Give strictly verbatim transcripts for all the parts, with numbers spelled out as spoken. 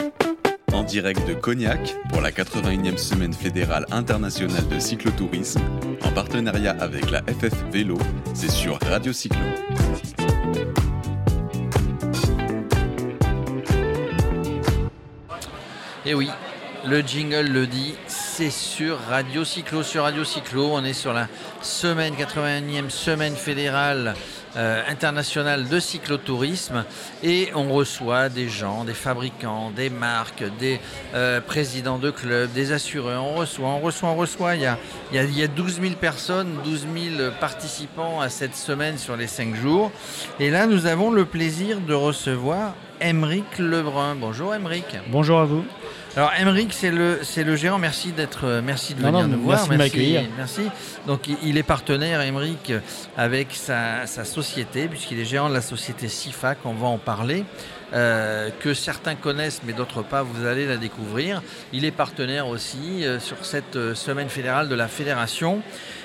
En direct de Cognac pour la quatre-vingt-unième semaine fédérale internationale de cyclotourisme, en partenariat avec la F F Vélo, c'est sur Radio Cyclo. Et oui, le jingle le dit, c'est sur Radio Cyclo. Sur Radio Cyclo, on est sur la semaine quatre-vingt-unième semaine fédérale euh, internationale de cyclotourisme et on reçoit des gens, des fabricants, des marques, des euh, présidents de clubs, des assureurs. On reçoit, on reçoit, on reçoit. Il y a, il y a, il y a douze mille personnes, douze mille participants à cette semaine sur les cinq jours. Et là, nous avons le plaisir de recevoir Aymeric Lebrun. Bonjour Aymeric. Bonjour à vous. Alors Aymeric, c'est le c'est le gérant. Merci d'être merci de non, venir non, nous voir. Merci de m'accueillir. Merci. Donc il est partenaire Aymeric avec sa, sa société puisqu'il est gérant de la société CIFAC. On va en parler. Euh, que certains connaissent mais d'autres pas. Vous allez la découvrir. Il est partenaire aussi euh, sur cette euh, semaine fédérale de la fédération.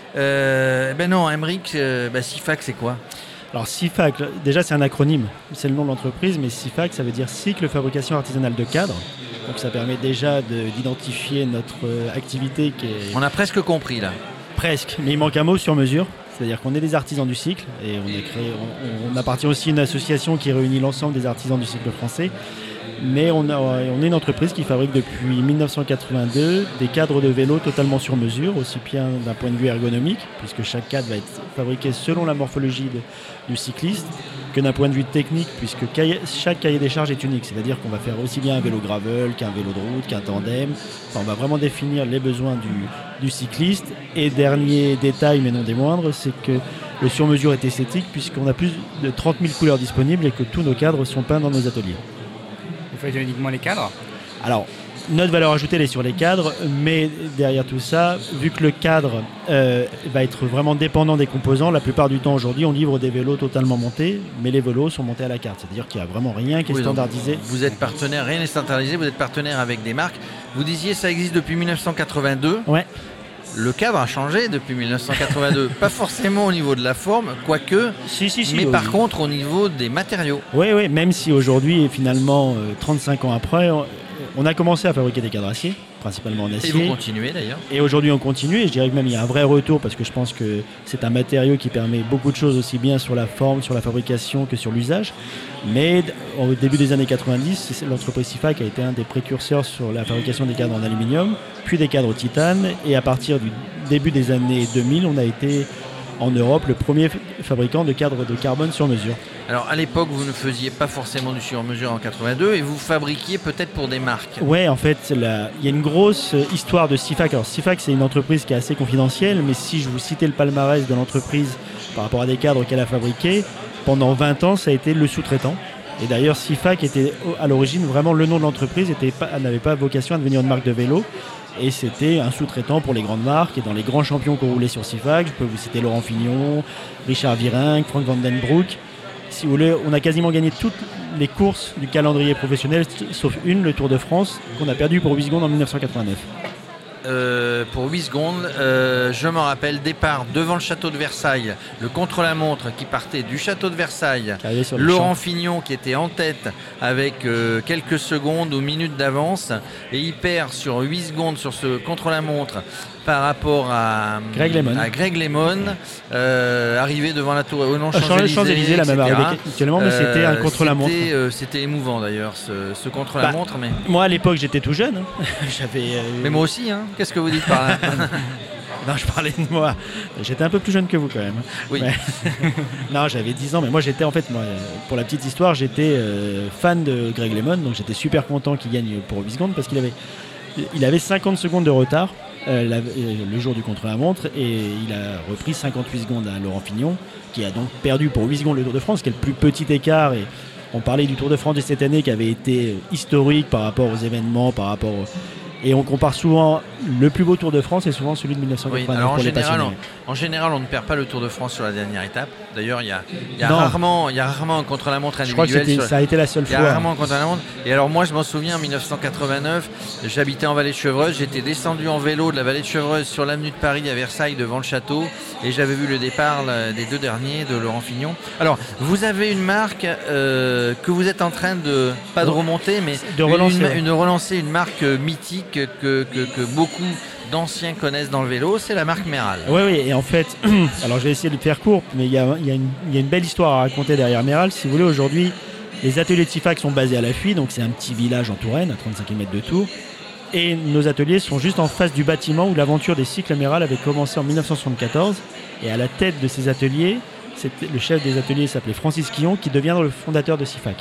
Euh, ben non, Aymeric, euh, ben CIFAC c'est quoi? Alors CIFAC, déjà c'est un acronyme. C'est le nom de l'entreprise, mais CIFAC ça veut dire Cycle Fabrication Artisanale de Cadre. Donc ça permet déjà de, d'identifier notre euh, activité qui est... On a presque compris là. Presque, mais il manque un mot sur mesure. C'est-à-dire qu'on est des artisans du cycle et on, est créé, on, on appartient aussi à une association qui réunit l'ensemble des artisans du cycle français. Mais on, a, on est une entreprise qui fabrique depuis dix-neuf cent quatre-vingt-deux des cadres de vélo totalement sur mesure, aussi bien d'un point de vue ergonomique, puisque chaque cadre va être fabriqué selon la morphologie de, du cycliste, que d'un point de vue technique, puisque cahier, chaque cahier des charges est unique. C'est-à-dire qu'on va faire aussi bien un vélo gravel qu'un vélo de route, qu'un tandem. Enfin, on va vraiment définir les besoins du, du cycliste. Et dernier détail, mais non des moindres, c'est que le sur-mesure est esthétique, puisqu'on a plus de trente mille couleurs disponibles et que tous nos cadres sont peints dans nos ateliers. Vous faites uniquement les cadres ? Alors, notre valeur ajoutée, elle est sur les cadres, mais derrière tout ça, vu que le cadre euh, va être vraiment dépendant des composants, la plupart du temps aujourd'hui, on livre des vélos totalement montés, mais les vélos sont montés à la carte. C'est-à-dire qu'il n'y a vraiment rien qui est oui, standardisé. Vous êtes partenaire, rien n'est standardisé, vous êtes partenaire avec des marques. Vous disiez ça existe depuis dix-neuf cent quatre-vingt-deux. Ouais. Le cadre a changé depuis dix-neuf cent quatre-vingt-deux. Pas forcément au niveau de la forme, quoique, si, si, si, mais oui. par contre au niveau des matériaux. Oui, oui, même si aujourd'hui, finalement, euh, trente-cinq ans après, on, on a commencé à fabriquer des cadres acier, principalement en acier. Et vous continuez d'ailleurs. Et aujourd'hui, on continue, et je dirais que même il y a un vrai retour, parce que je pense que c'est un matériau qui permet beaucoup de choses, aussi bien sur la forme, sur la fabrication, que sur l'usage. Mais au début des années quatre-vingt-dix, l'entreprise CIFAC a été un des précurseurs sur la fabrication des cadres en aluminium, puis des cadres au titane, et à partir du début des années deux mille, on a été en Europe le premier fabricant de cadres de carbone sur mesure. Alors à l'époque, vous ne faisiez pas forcément du sur mesure en quatre-vingt-deux et vous fabriquiez peut-être pour des marques. Ouais, en fait, il y a une grosse histoire de CIFAC. Alors CIFAC, c'est une entreprise qui est assez confidentielle, mais si je vous citais le palmarès de l'entreprise par rapport à des cadres qu'elle a fabriqués, pendant vingt ans, ça a été le sous-traitant. Et d'ailleurs, CIFAC était à l'origine vraiment le nom de l'entreprise, était pas, n'avait pas vocation à devenir une marque de vélo. Et c'était un sous-traitant pour les grandes marques. Et dans les grands champions qu'on roulait sur CIFAC, je peux vous citer Laurent Fignon, Richard Virenque, Frank Van Den Broek. Si vous voulez, on a quasiment gagné toutes les courses du calendrier professionnel, sauf une, le Tour de France, qu'on a perdu pour huit secondes en dix-neuf cent quatre-vingt-neuf. Euh, pour huit secondes, euh, je me rappelle, départ devant le château de Versailles, le contre-la-montre qui partait du château de Versailles, Laurent Fignon qui était en tête avec euh, quelques secondes ou minutes d'avance et il perd sur huit secondes sur ce contre-la-montre par rapport à Greg Lemon, à Greg Lemon euh, arrivé devant la tour, oh non, Champs-Élysées, Champs-Élysées la même arrivée actuellement, mais c'était un contre-la-montre. C'était, euh, c'était émouvant d'ailleurs ce, ce contre-la-montre. Bah, mais... Moi à l'époque j'étais tout jeune, hein. J'avais, euh... mais moi aussi, hein. Qu'est-ce que vous dites par là? Non, je parlais de moi. J'étais un peu plus jeune que vous quand même. Oui. Mais... non, j'avais dix ans, mais moi j'étais en fait, moi, pour la petite histoire, j'étais euh, fan de Greg Lemon, donc j'étais super content qu'il gagne pour huit secondes parce qu'il avait, il avait cinquante secondes de retard euh, la, le jour du contre-la-montre et il a repris cinquante-huit secondes à Laurent Fignon qui a donc perdu pour huit secondes le Tour de France, qui est le plus petit écart. Et on parlait du Tour de France de cette année qui avait été historique par rapport aux événements, par rapport aux... Et on compare souvent le plus beau Tour de France et souvent celui de mille neuf cent quatre-vingt-neuf oui, alors pour en les général, passionnés. on, en général, on ne perd pas le Tour de France sur la dernière étape. D'ailleurs, il y a, il y a Non. rarement, il y a rarement un contre-la-montre Je crois que individuel. c'était- sur- ça a été la seule Il y a fois. rarement un contre-la-montre. Et alors moi, je m'en souviens, en mille neuf cent quatre-vingt-neuf, j'habitais en Vallée de Chevreuse. J'étais descendu en vélo de la Vallée de Chevreuse sur l'avenue de Paris à Versailles devant le château. Et j'avais vu le départ là, des deux derniers de Laurent Fignon. Alors, vous avez une marque euh, que vous êtes en train de, pas de remonter, mais De une- relancer, une, ouais. une relancer, une marque euh, mythique que, que, que beaucoup d'anciens connaissent dans le vélo, c'est la marque Méral. Oui, oui, et en fait, alors je vais essayer de faire court, mais il y a, il y a une, il y a une belle histoire à raconter derrière Méral. Si vous voulez, aujourd'hui, les ateliers de Sifac sont basés à La Fuye, donc c'est un petit village en Touraine, à trente-cinq kilomètres de Tours. Et nos ateliers sont juste en face du bâtiment où l'aventure des cycles Méral avait commencé en mille neuf cent soixante-quatorze. Et à la tête de ces ateliers, c'était, le chef des ateliers s'appelait Francis Quillon, qui deviendra le fondateur de Sifac.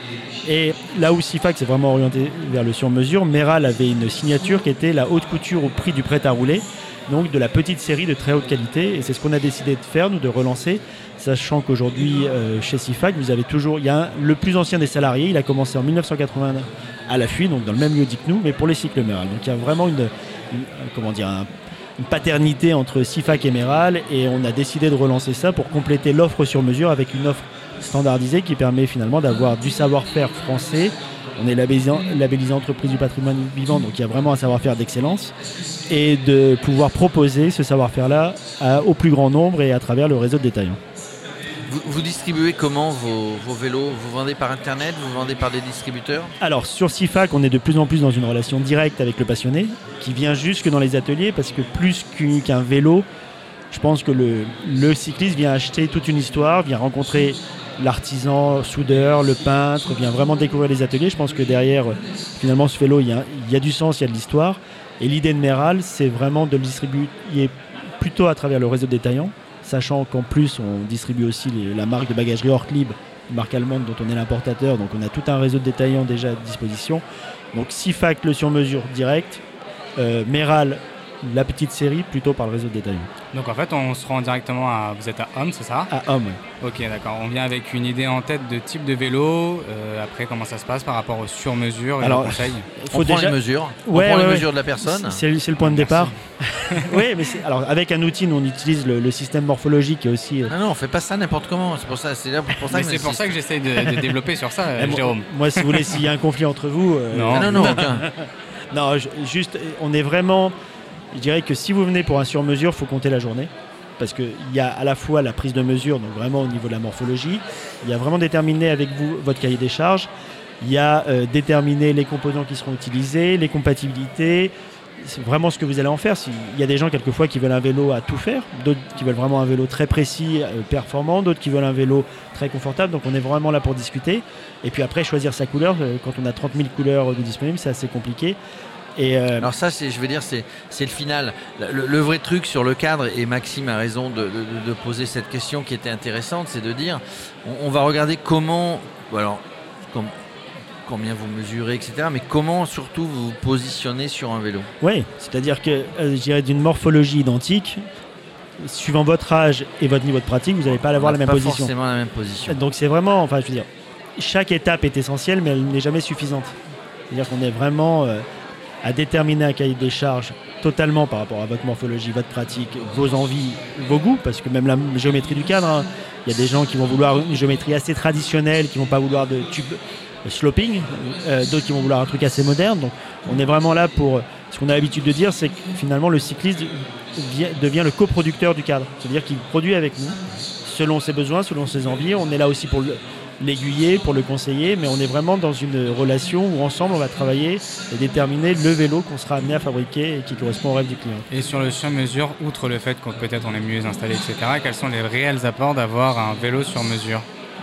Et là où Sifac s'est vraiment orienté vers le sur-mesure, Méral avait une signature qui était la haute couture au prix du prêt-à-rouler, donc de la petite série de très haute qualité. Et c'est ce qu'on a décidé de faire, nous, de relancer, sachant qu'aujourd'hui, euh, chez Sifac, vous avez toujours, il y a un- le plus ancien des salariés, il a commencé en mille neuf cent quatre-vingt à La Fuye, donc dans le même lieu dit que nous, mais pour les cycles Méral. Donc il y a vraiment une, une- comment dire, un- une paternité entre Sifac et Méral, et on a décidé de relancer ça pour compléter l'offre sur mesure avec une offre standardisée qui permet finalement d'avoir du savoir-faire français. On est labellisé, labellisé entreprise du patrimoine vivant, donc il y a vraiment un savoir-faire d'excellence, et de pouvoir proposer ce savoir-faire-là à- au plus grand nombre et à travers le réseau de détaillants. Vous, vous distribuez comment vos, vos vélos? Vous vendez par internet? Vous vendez par des distributeurs? Alors sur Sifac, on est de plus en plus dans une relation directe avec le passionné qui vient jusque dans les ateliers, parce que plus qu'un qu'un vélo, je pense que le, le cycliste vient acheter toute une histoire, vient rencontrer l'artisan, soudeur, le peintre, vient vraiment découvrir les ateliers. Je pense que derrière, euh, finalement, ce vélo, il y a, il y a du sens, il y a de l'histoire. Et l'idée de Méral, c'est vraiment de le distribuer plutôt à travers le réseau de détaillants, sachant qu'en plus, on distribue aussi les- la marque de bagagerie Ortlieb, une marque allemande dont on est l'importateur. Donc on a tout un réseau de détaillants déjà à disposition. Donc Sifac, le sur-mesure direct, euh, Méral, la petite série, plutôt par le réseau de détaillants. Donc en fait, on se rend directement à... Vous êtes à Homme, c'est ça? À Homme. Ok, d'accord. On vient avec une idée en tête de type de vélo. Euh, après, comment ça se passe par rapport aux sur-mesures et Alors, aux conseils? On prend les mesures. On Ouais, prend ouais, les ouais. mesures de la personne. C'est, c'est le point de départ. Oui, mais c'est- alors avec un outil, nous, on utilise le, le système morphologique et aussi. euh, Non, non, on fait pas ça n'importe comment. C'est pour ça, c'est là pour, pour ça Mais que c'est pour ça que j'essaye de, de développer sur ça, euh, eh, moi- Jérôme. Moi, si vous voulez, s'il y a un conflit entre vous. euh, Non. Ah, non, non, aucun. Non, je- juste, on est vraiment. Je dirais que si vous venez pour un sur-mesure, il faut compter la journée. Parce qu'il y a à la fois la prise de mesure, donc vraiment au niveau de la morphologie, il y a vraiment déterminer avec vous votre cahier des charges, il y a euh, déterminer les composants qui seront utilisés, les compatibilités, c'est vraiment ce que vous allez en faire. Si- Il y a des gens quelquefois qui veulent un vélo à tout faire, d'autres qui veulent vraiment un vélo très précis, euh, performant, d'autres qui veulent un vélo très confortable, donc on est vraiment là pour discuter. Et puis après, choisir sa couleur, euh, quand on a trente mille couleurs de disponibles, c'est assez compliqué. Et euh, Alors ça, c'est, je veux dire, c'est, c'est le final. Le, le vrai truc sur le cadre, et Maxime a raison de, de- de poser cette question qui était intéressante, c'est de dire, on, on va regarder comment, alors, com- combien vous mesurez, et cetera, mais comment surtout vous vous positionnez sur un vélo. Oui, c'est-à-dire que euh, je dirais d'une morphologie identique, suivant votre âge et votre niveau de pratique, vous n'allez pas avoir On la n'a même pas position. forcément la même position. Donc c'est vraiment, enfin je veux dire, chaque étape est essentielle, mais elle n'est jamais suffisante. C'est-à-dire qu'on est vraiment euh, à déterminer un cahier des charges totalement par rapport à votre morphologie, votre pratique, vos envies, vos goûts, parce que même la géométrie du cadre, hein, il y a des gens qui vont vouloir une géométrie assez traditionnelle, qui vont pas vouloir de tube sloping, euh, d'autres qui vont vouloir un truc assez moderne. Donc on est vraiment là pour, ce qu'on a l'habitude de dire, c'est que finalement le cycliste vient- devient le coproducteur du cadre, c'est-à-dire qu'il produit avec nous selon ses besoins, selon ses envies. On est là aussi pour le- l'aiguiller, pour le conseiller, mais on est vraiment dans une relation où ensemble on va travailler et déterminer le vélo qu'on sera amené à fabriquer et qui correspond au rêve du client. Et sur le sur-mesure, outre le fait qu'on peut-être on est mieux installé, et cetera, quels sont les réels apports d'avoir un vélo sur mesure?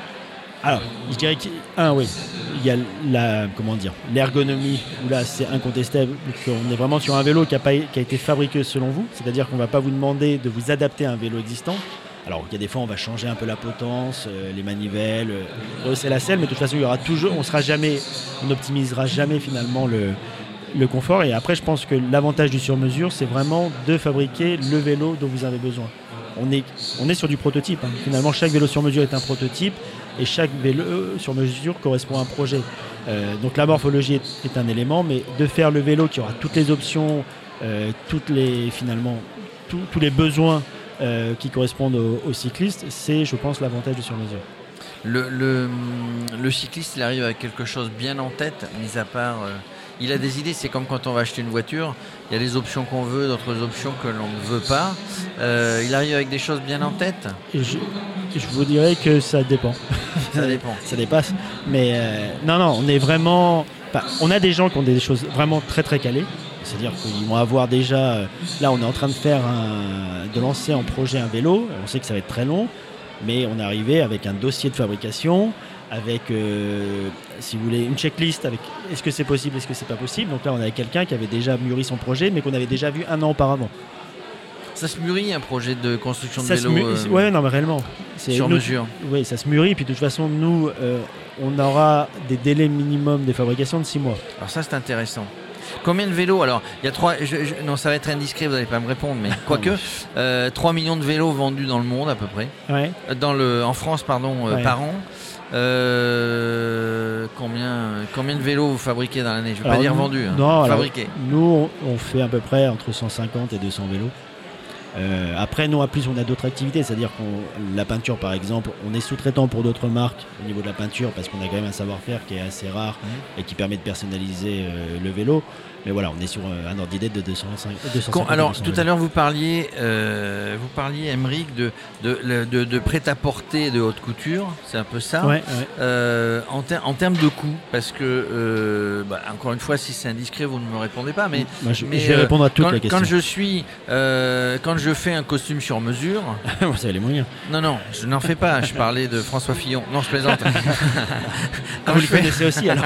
Alors, je dirais qu'un, oui, il y a la, comment dire, l'ergonomie, où là c'est incontestable, qu'on est vraiment sur un vélo qui a, pas, qui a été fabriqué selon vous, c'est-à-dire qu'on ne va pas vous demander de vous adapter à un vélo existant. Alors, il y a des fois, on va changer un peu la potence, euh, les manivelles, euh, rehausser la selle, mais de toute façon, il y aura toujours, on sera jamais, on n'optimisera jamais finalement le, le confort. Et après, je pense que l'avantage du sur-mesure, c'est vraiment de fabriquer le vélo dont vous avez besoin. on est, on est sur du prototype. Hein. Finalement, chaque vélo sur mesure est un prototype et chaque vélo sur mesure correspond à un projet. Euh, donc la morphologie est, est un élément, mais de faire le vélo qui aura toutes les options, euh, toutes les, finalement, tout, tous les besoins euh, qui correspondent aux, aux cyclistes, c'est, je pense, l'avantage du sur mesure. Le, le, le cycliste, il arrive avec quelque chose bien en tête, mis à part... Euh, il a des idées, c'est comme quand on va acheter une voiture, il y a des options qu'on veut, d'autres options que l'on ne veut pas. Euh, il arrive avec des choses bien en tête. Et je, je vous dirais que ça dépend. Ça dépend. Ça dépasse. Mais euh, non, non, on est vraiment... Enfin, on a des gens qui ont des choses vraiment très très calées. C'est-à-dire qu'ils vont avoir déjà... Euh, là, on est en train de faire un, de lancer en projet un vélo. On sait que ça va être très long. Mais on est arrivé avec un dossier de fabrication, avec, euh, si vous voulez, une checklist avec est-ce que c'est possible, est-ce que c'est pas possible. Donc là, on avait quelqu'un qui avait déjà mûri son projet, mais qu'on avait déjà vu un an auparavant. Ça se mûrit, un projet de construction de ça vélo mu- euh, Ouais, non, mais réellement. C'est sur nous, mesure. Oui, ça se mûrit. Puis de toute façon, nous, euh, on aura des délais minimum de fabrication de six mois. Alors ça, c'est intéressant. Combien de vélos? Alors, il y a trois. Je, je, non, ça va être indiscret, vous n'allez pas me répondre, mais quoique, euh, trois millions de vélos vendus dans le monde à peu près. Ouais. Dans le, en France, pardon, euh, ouais. par an. Euh, combien, combien de vélos vous fabriquez dans l'année? Je ne veux pas dire nous, vendus, hein. Non, fabriqués. Alors, nous, on, on fait à peu près entre cent cinquante et deux cents vélos. Euh, après, nous, en plus, on a d'autres activités, c'est-à-dire qu'on la peinture, par exemple, on est sous-traitant pour d'autres marques au niveau de la peinture parce qu'on a quand même un savoir-faire qui est assez rare mmh. et qui permet de personnaliser euh, le vélo. Mais voilà, on est sur un ordre d'idée de deux cent cinquante. Alors, tout à l'heure, vous parliez, euh, vous parliez, Aymeric, de, de, de, de prêt-à-porter de haute couture. C'est un peu ça. Ouais, ouais. Euh, en, ter- en termes de coût, parce que, euh, bah, encore une fois, si c'est indiscret, vous ne me répondez pas. Mais, Moi, je, mais, je vais euh, répondre à toutes quand, les questions. Quand je suis, euh, quand je fais un costume sur mesure, vous avez les moyens. Non, non, je n'en fais pas. Je parlais de François Fillon. Non, je plaisante. Quand vous le fais... connaissez aussi, alors.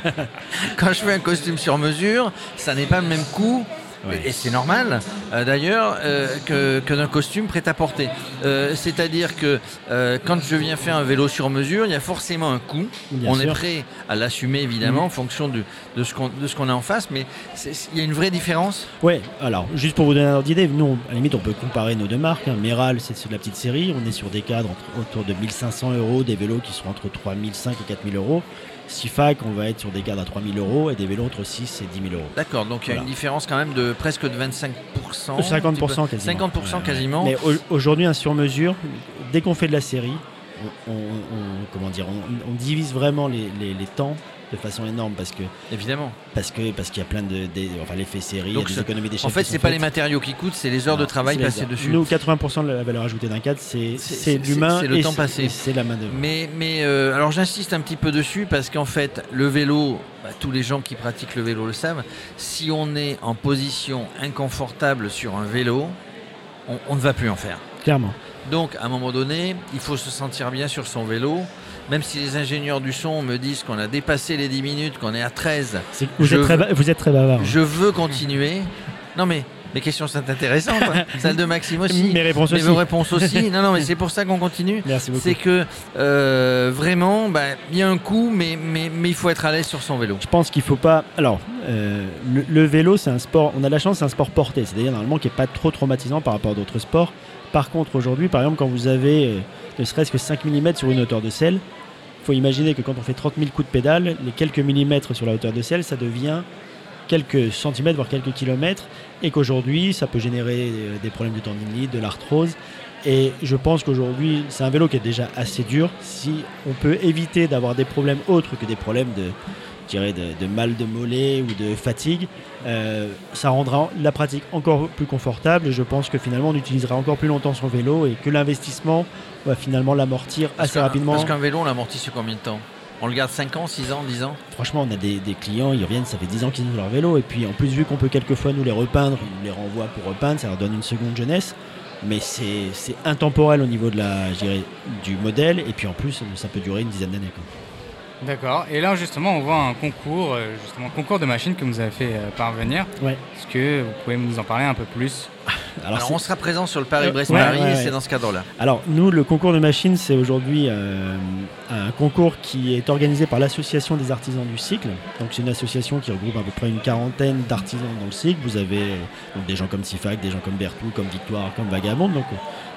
Quand je fais un costume sur mesure, ça n'est pas le même coût. Ouais. Et c'est normal, euh, d'ailleurs, euh, que, que d'un costume prêt-à-porter. Euh, c'est-à-dire que euh, quand je viens faire un vélo sur mesure, il y a forcément un coût. Bien On sûr. est prêt à l'assumer, évidemment, mmh. en fonction de, de, ce qu'on, de ce qu'on a en face, mais il y a une vraie différence. Oui, alors, juste pour vous donner un ordre d'idée, nous, à la limite, on peut comparer nos deux marques. Hein. Méral, c'est de la petite série. On est sur des cadres entre, autour de mille cinq cents euros, des vélos qui sont entre trois mille cinq et quatre mille euros. Sifac, on va être sur des cadres à trois mille euros et des vélos entre six et dix mille euros. D'accord, donc il voilà. y a une différence quand même de presque de vingt-cinq pour cent. cinquante pour cent quasiment. cinquante pour cent ouais, quasiment. Mais au- aujourd'hui, un sur-mesure, dès qu'on fait de la série, on, on, on, comment dire, on, on divise vraiment les, les, les temps de façon énorme parce que évidemment parce que parce qu'il y a plein de, de enfin l'effet série, donc il y a des économies d'échelle. En fait, c'est pas faites. Les matériaux qui coûtent, c'est les heures non, de travail passées dessus. Nous, quatre-vingts pour cent de la valeur ajoutée d'un cadre, c'est c'est, c'est l'humain, c'est le et temps c'est, passé, c'est la main d'œuvre. Mais mais euh, alors j'insiste un petit peu dessus parce qu'en fait, le vélo, bah, tous les gens qui pratiquent le vélo le savent. Si on est en position inconfortable sur un vélo, on, on ne va plus en faire. Clairement. Donc, à un moment donné, il faut se sentir bien sur son vélo. Même si les ingénieurs du son me disent qu'on a dépassé les dix minutes, qu'on est à treize. C'est, vous, êtes très, ba- vous êtes très bavard. Je veux continuer. Non mais, mes questions sont intéressantes. Hein. Celle de Maxime aussi. Mes réponses mais aussi. vos réponses aussi. Non, non, mais c'est pour ça qu'on continue. Merci beaucoup. C'est que, euh, vraiment, bah, il y a un coût, mais, mais, mais il faut être à l'aise sur son vélo. Je pense qu'il ne faut pas... Alors, euh, le, le vélo, c'est un sport... On a la chance, c'est un sport porté. C'est-à-dire, normalement, qui n'est pas trop traumatisant par rapport à d'autres sports. Par contre, aujourd'hui, par exemple, quand vous avez euh, ne serait-ce que cinq millimètres sur une hauteur de selle, il faut imaginer que quand on fait trente mille coups de pédale, les quelques millimètres sur la hauteur de selle, ça devient quelques centimètres, voire quelques kilomètres, et qu'aujourd'hui, ça peut générer euh, des problèmes de tendinite, de l'arthrose. Et je pense qu'aujourd'hui, c'est un vélo qui est déjà assez dur. Si on peut éviter d'avoir des problèmes autres que des problèmes de, je dirais, de, de mal de mollet ou de fatigue, euh, ça rendra la pratique encore plus confortable. Et je pense que finalement, on utilisera encore plus longtemps son vélo et que l'investissement va finalement l'amortir parce assez rapidement. Parce qu'un vélo, on l'amortit sur combien de temps ? On le garde cinq ans, six ans, dix ans ? Franchement, on a des, des clients, ils reviennent, ça fait dix ans qu'ils ont leur vélo. Et puis en plus, vu qu'on peut quelquefois nous les repeindre, ils nous les renvoient pour repeindre, ça leur donne une seconde jeunesse. Mais c'est, c'est intemporel au niveau de la, je dirais, du modèle. Et puis en plus, ça peut durer une dizaine d'années, quoi. D'accord. Et là, justement, on voit un concours, justement, concours de machines que vous avez fait parvenir. Ouais. Est-ce que vous pouvez nous en parler un peu plus ? Alors, Alors on sera présent sur le Paris-Brest-Paris ouais, ouais, et ouais. c'est dans ce cadre-là. Alors nous, le concours de machines, c'est aujourd'hui euh, un concours qui est organisé par l'Association des artisans du cycle. Donc c'est une association qui regroupe à peu près une quarantaine d'artisans dans le cycle. Vous avez euh, donc des gens comme Sifac, des gens comme Bertou, comme Victoire, comme Vagabond. Donc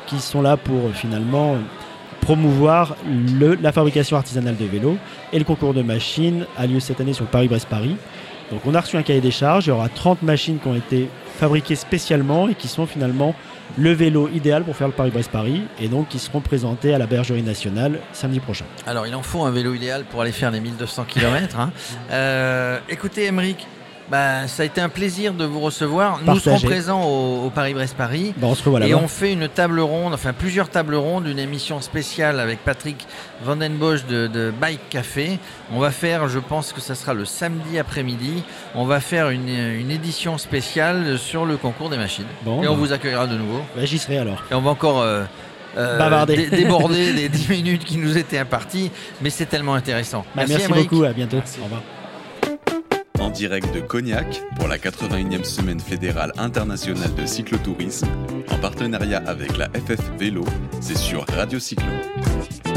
qui sont là pour finalement promouvoir le, la fabrication artisanale de vélos. Et le concours de machines a lieu cette année sur le Paris-Brest-Paris. Donc on a reçu un cahier des charges, il y aura trente machines qui ont été fabriquées spécialement et qui sont finalement le vélo idéal pour faire le Paris-Brest-Paris et donc qui seront présentés à la Bergerie nationale samedi prochain. Alors il en faut un vélo idéal pour aller faire les mille deux cents kilomètres. Hein. Euh, écoutez Aymeric, bah, ça a été un plaisir de vous recevoir. Nous Partagé. serons présents au, au Paris-Brest-Paris Bon, on se revoit là-bas. et on fait une table ronde, enfin plusieurs tables rondes, une émission spéciale avec Patrick Vandenbosch de, de Bike Café. On va faire, je pense que ça sera le samedi après-midi, on va faire une, une édition spéciale sur le concours des machines. Bon, et on bah. vous accueillera de nouveau. Bah, j'y serai alors. Et on va encore euh, euh, Bavarder. dé- déborder les dix minutes qui nous étaient imparties, mais c'est tellement intéressant. Bah, merci merci Aymeric. beaucoup, à bientôt. Au revoir. En direct de Cognac pour la quatre-vingt-unième semaine fédérale internationale de cyclotourisme, en partenariat avec la F F Vélo, c'est sur Radio Cyclo.